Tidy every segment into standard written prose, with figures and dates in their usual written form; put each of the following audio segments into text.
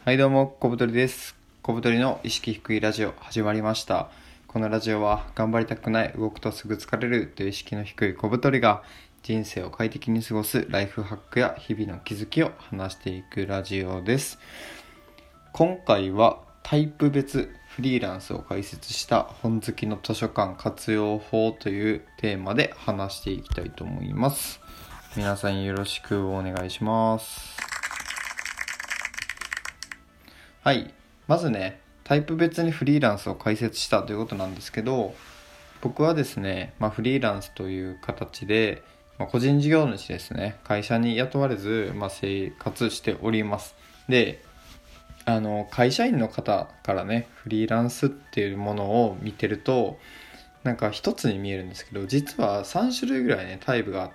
はいどうも、小太りです。小太りの意識低いラジオ始まりました。このラジオは頑張りたくない、動くとすぐ疲れるという意識の低い小太りが人生を快適に過ごすライフハックや日々の気づきを話していくラジオです。今回はタイプ別フリーランスを解説した本好きの図書館活用法というテーマで話していきたいと思います。皆さんよろしくお願いします。はい。まずね、タイプ別にフリーランスを開設したということなんですけど、僕はですね、フリーランスという形で、個人事業主ですね、会社に雇われず、生活しております。で、会社員の方からね、フリーランスっていうものを見てると、なんか一つに見えるんですけど、実は3種類ぐらいね、タイプがあって、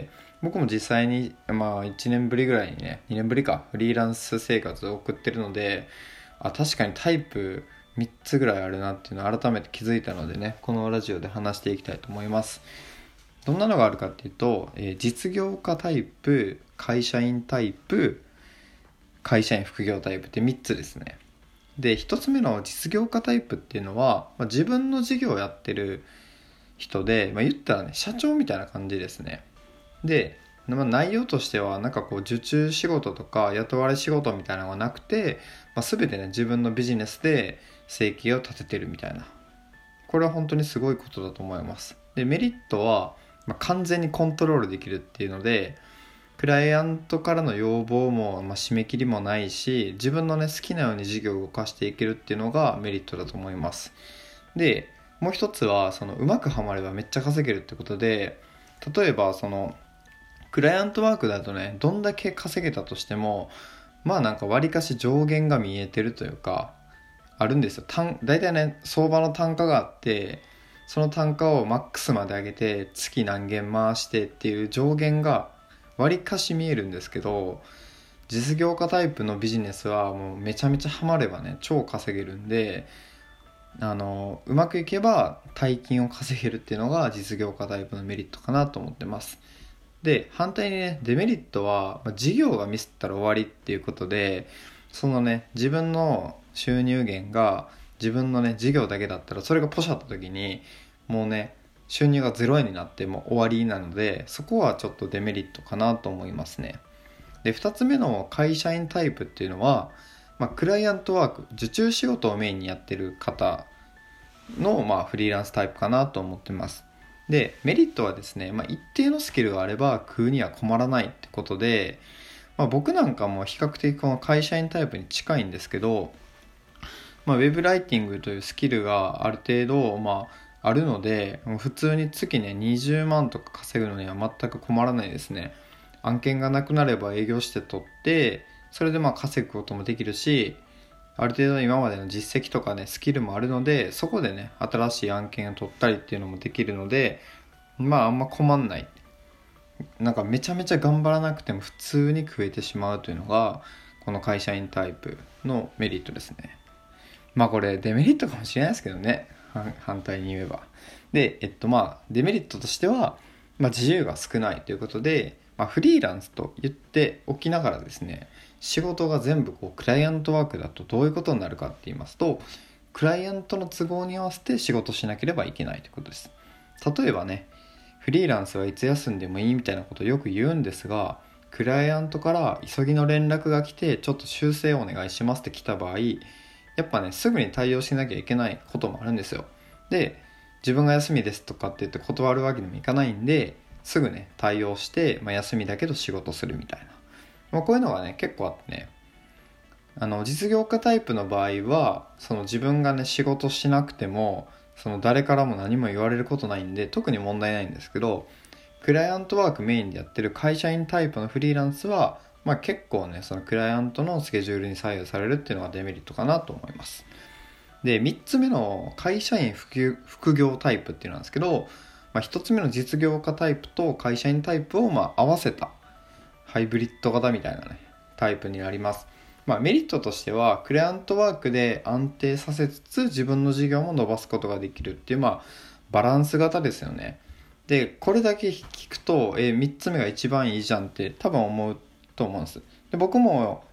僕も実際に、1年ぶりぐらいにね、2年ぶりか、フリーランス生活を送ってるので、確かにタイプ3つぐらいあるなっていうのを改めて気づいたのでね、このラジオで話していきたいと思います。どんなのがあるかっていうと、実業家タイプ、会社員タイプ、会社員副業タイプって3つですね。で、1つ目の実業家タイプっていうのは、自分の事業をやってる人で、言ったらね、社長みたいな感じですね。で、内容としてはなんかこう受注仕事とか雇われ仕事みたいなのがなくて、全てね自分のビジネスで生計を立ててるみたいな、これは本当にすごいことだと思います。で、メリットは、完全にコントロールできるっていうので、クライアントからの要望も、締め切りもないし、自分のね好きなように事業を動かしていけるっていうのがメリットだと思います。で、もう一つはうまくはまればめっちゃ稼げるってことで、例えばクライアントワークだとね、どんだけ稼げたとしても、なんか割かし上限が見えてるというか、あるんですよ。だいたいね、相場の単価があって、その単価をマックスまで上げて、月何件回してっていう上限が割かし見えるんですけど、実業家タイプのビジネスはもうめちゃめちゃハマればね、超稼げるんで、うまくいけば大金を稼げるっていうのが実業家タイプのメリットかなと思ってます。で、反対にね、デメリットは、事業がミスったら終わりっていうことで、自分の収入源が自分のね、事業だけだったら、それがポシャった時に、もうね、収入が0円になっても終わりなので、そこはちょっとデメリットかなと思いますね。で、2つ目の会社員タイプっていうのは、クライアントワーク、受注仕事をメインにやってる方の、フリーランスタイプかなと思ってます。で、メリットはですね、一定のスキルがあれば食うには困らないってことで、僕なんかも比較的この会社員タイプに近いんですけど、ウェブライティングというスキルがある程度、あるので、普通に月ね、20万とか稼ぐのには全く困らないですね。案件がなくなれば営業して取って、それで稼ぐこともできるし、ある程度今までの実績とかね、スキルもあるので、そこでね、新しい案件を取ったりっていうのもできるので、あんま困んない。なんかめちゃめちゃ頑張らなくても普通に食えてしまうというのが、この会社員タイプのメリットですね。これデメリットかもしれないですけどね。反対に言えば。で、デメリットとしては、自由が少ないということで、フリーランスと言っておきながらですね、仕事が全部クライアントワークだとどういうことになるかって言いますと、クライアントの都合に合わせて仕事しなければいけないということです。例えばね、フリーランスはいつ休んでもいいみたいなことをよく言うんですが、クライアントから急ぎの連絡が来て、ちょっと修正お願いしますって来た場合、やっぱね、すぐに対応しなきゃいけないこともあるんですよ。で、自分が休みですとかって言って断るわけにもいかないんで、すぐね、対応して、休みだけど仕事するみたいな。こういうのがね、結構あってね、実業家タイプの場合は、自分がね、仕事しなくても、誰からも何も言われることないんで、特に問題ないんですけど、クライアントワークメインでやってる会社員タイプのフリーランスは、結構ね、そのクライアントのスケジュールに左右されるっていうのがデメリットかなと思います。で、3つ目の会社員副業タイプっていうのなんですけど、1つ目の実業家タイプと会社員タイプを合わせたハイブリッド型みたいなね、タイプになります。メリットとしては、クライアントワークで安定させつつ自分の事業も伸ばすことができるっていう、バランス型ですよね。で、これだけ聞くと、3つ目が一番いいじゃんって多分思うと思うんです。で、僕も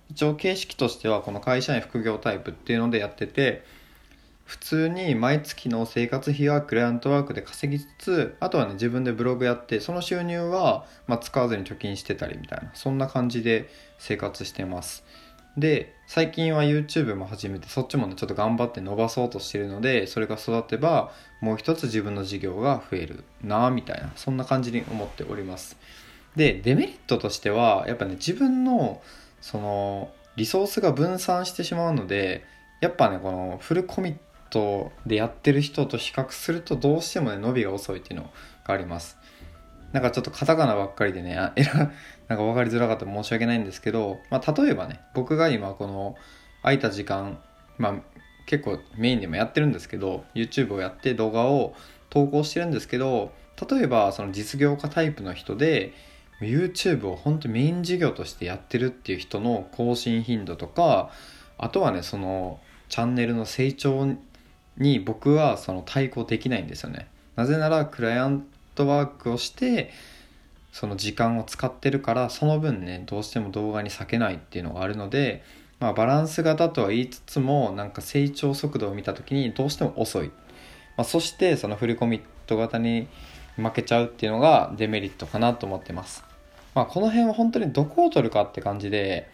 一応形式としてはこの会社員副業タイプっていうのでやってて、普通に毎月の生活費はクライアントワークで稼ぎつつ、あとはね自分でブログやって、その収入は使わずに貯金してたりみたいな、そんな感じで生活してます。で最近は YouTube も始めて、そっちもねちょっと頑張って伸ばそうとしてるので、それが育てばもう一つ自分の事業が増えるなみたいな、そんな感じに思っております。でデメリットとしてはやっぱね、自分のそのリソースが分散してしまうので、やっぱねこのフルコミットでやってる人と比較するとどうしてもね伸びが遅いっていうのがあります。なんかちょっとカタカナばっかりでねなんか分かりづらかったら申し訳ないんですけど、例えばね僕が今この空いた時間、結構メインでもやってるんですけど、 YouTube をやって動画を投稿してるんですけど、例えばその実業家タイプの人で YouTube を本当にメイン事業としてやってるっていう人の更新頻度とか、あとはねそのチャンネルの成長に僕はその対抗できないんですよね。なぜならクライアントワークをしてその時間を使ってるから、その分ねどうしても動画に割けないっていうのがあるので、バランス型とは言いつつもなんか成長速度を見た時にどうしても遅い、そしてそのフルコミット型に負けちゃうっていうのがデメリットかなと思ってます。この辺は本当にどこを取るかって感じで、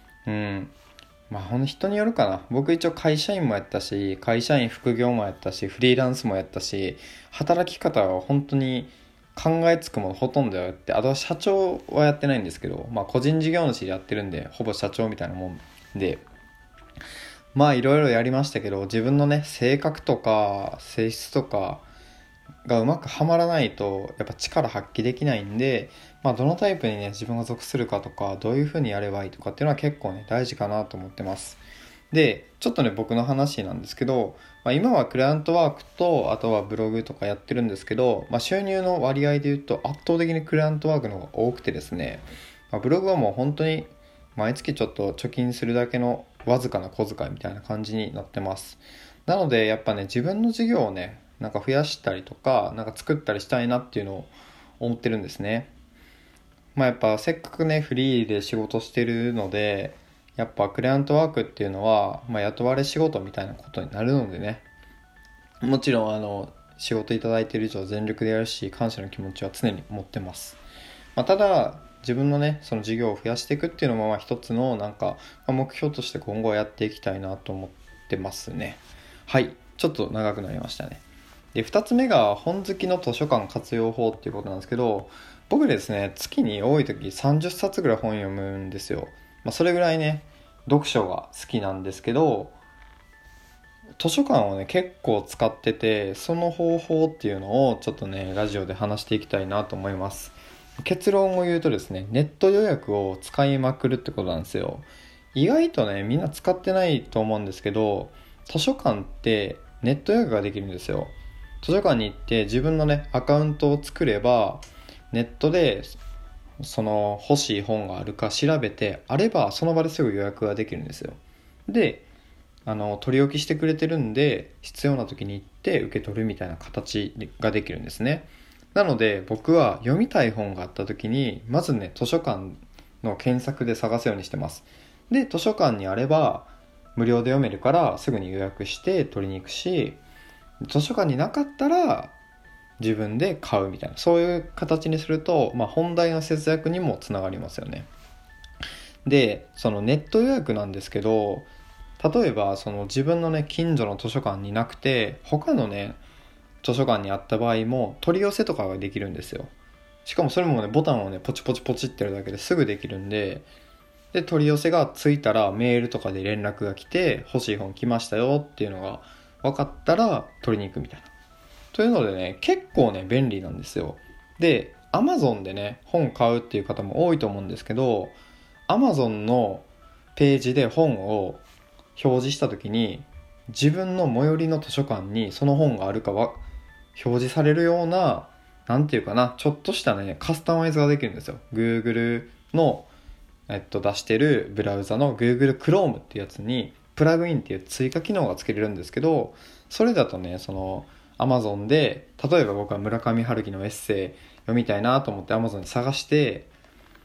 ほんと人によるかな。僕一応会社員もやったし、会社員副業もやったし、フリーランスもやったし、働き方は本当に考えつくものほとんどやって、あとは社長はやってないんですけど、個人事業主でやってるんでほぼ社長みたいなもんで、いろいろやりましたけど、自分のね性格とか性質とかがうまくはまらないとやっぱ力発揮できないんで、どのタイプにね自分が属するかとか、どういう風にやればいいとかっていうのは結構ね大事かなと思ってます。でちょっとね僕の話なんですけど、今はクライアントワークとあとはブログとかやってるんですけど、収入の割合で言うと圧倒的にクライアントワークの方が多くてですね、ブログはもう本当に毎月ちょっと貯金するだけのわずかな小遣いみたいな感じになってます。なのでやっぱね自分の事業をねなんか増やしたりとかなんか作ったりしたいなっていうのを思ってるんですね。やっぱせっかくねフリーで仕事してるので、やっぱクライアントワークっていうのは、雇われ仕事みたいなことになるのでね、もちろん仕事いただいている以上全力でやるし、感謝の気持ちは常に持ってます。ただ自分のねその事業を増やしていくっていうのも一つのなんか目標として今後はやっていきたいなと思ってますね。はい、ちょっと長くなりましたね。で2つ目が本好きの図書館活用法っていうことなんですけど、僕ですね月に多い時30冊ぐらい本読むんですよ。それぐらいね読書が好きなんですけど、図書館をね結構使ってて、その方法っていうのをちょっとねラジオで話していきたいなと思います。結論を言うとですね、ネット予約を使いまくるってことなんですよ。意外とねみんな使ってないと思うんですけど、図書館ってネット予約ができるんですよ。図書館に行って自分のねアカウントを作れば、ネットでその欲しい本があるか調べて、あればその場ですぐ予約ができるんですよ。で取り置きしてくれてるんで、必要な時に行って受け取るみたいな形ができるんですね。なので僕は読みたい本があった時にまずね図書館の検索で探すようにしてます。で図書館にあれば無料で読めるからすぐに予約して取りに行くし、図書館になかったら自分で買うみたいな、そういう形にすると、本題の節約にもつながりますよね。でそのネット予約なんですけど、例えばその自分のね近所の図書館になくて他のね図書館にあった場合も取り寄せとかができるんですよ。しかもそれもねボタンをねポチポチポチってるだけですぐできるんで、取り寄せがついたらメールとかで連絡が来て欲しい本来ましたよっていうのが分かったら取りに行くみたいな、というのでね結構ね便利なんですよ。で Amazon でね本買うっていう方も多いと思うんですけど、 Amazon のページで本を表示した時に自分の最寄りの図書館にその本があるかは表示されるような、なんていうかな、ちょっとしたねカスタマイズができるんですよ。 Google の、出してるブラウザの Google Chrome っていうやつにプラグインっていう追加機能がつけれるんですけど、それだとねその Amazon で例えば僕は村上春樹のエッセイ読みたいなと思って Amazon で探して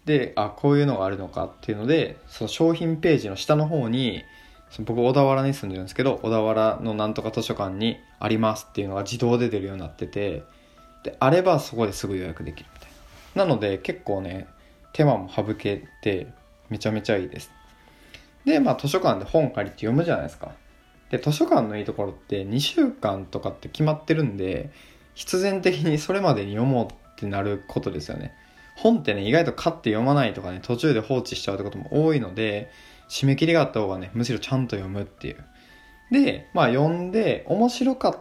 で、こういうのがあるのかっていうので、その商品ページの下の方に、僕小田原に住んでるんですけど、小田原のなんとか図書館にありますっていうのが自動で出るようになってて、であればそこですぐ予約できるみたいな。なので結構ね、手間も省けてめちゃめちゃいいです。で、図書館で本借りて読むじゃないですか。で、図書館のいいところって2週間とかって決まってるんで、必然的にそれまでに読もうってなることですよね。本ってね、意外と買って読まないとかね、途中で放置しちゃうってことも多いので、締め切りがあった方がね、むしろちゃんと読むっていう。で、読んで面白かって、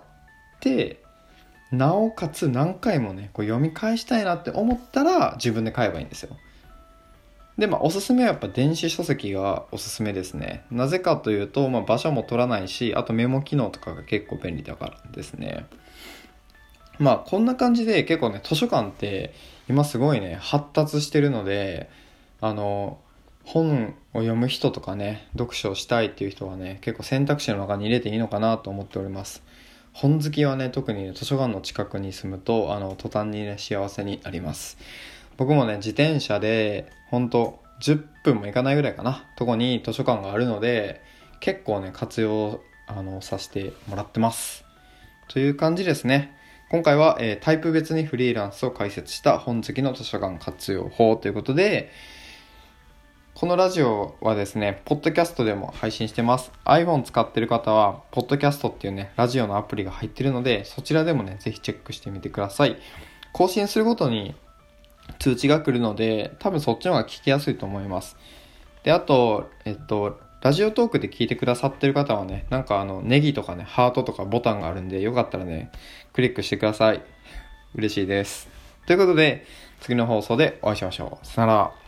なおかつ何回もね、読み返したいなって思ったら自分で買えばいいんですよ。で、おすすめはやっぱ電子書籍がおすすめですね。なぜかというと、場所も取らないし、あとメモ機能とかが結構便利だからですね。こんな感じで結構ね、図書館って今すごいね、発達してるので、本を読む人とかね、読書をしたいっていう人はね、結構選択肢の中に入れていいのかなと思っております。本好きはね、特に、図書館の近くに住むと、途端にね、幸せになります。僕もね、自転車で、ほんと10分も行かないぐらいかな、とこに図書館があるので、結構ね、活用、させてもらってます。という感じですね。今回は、タイプ別にフリーランスを解説した本好きの図書館活用法ということで、このラジオはですね、ポッドキャストでも配信してます。iPhone 使ってる方は、ポッドキャストっていうね、ラジオのアプリが入ってるので、そちらでもね、ぜひチェックしてみてください。更新するごとに通知が来るので、多分そっちの方が聞きやすいと思います。で、あと、ラジオトークで聞いてくださってる方はね、ネギとかね、ハートとかボタンがあるんで、よかったらね、クリックしてください。嬉しいです。ということで、次の放送でお会いしましょう。さよなら。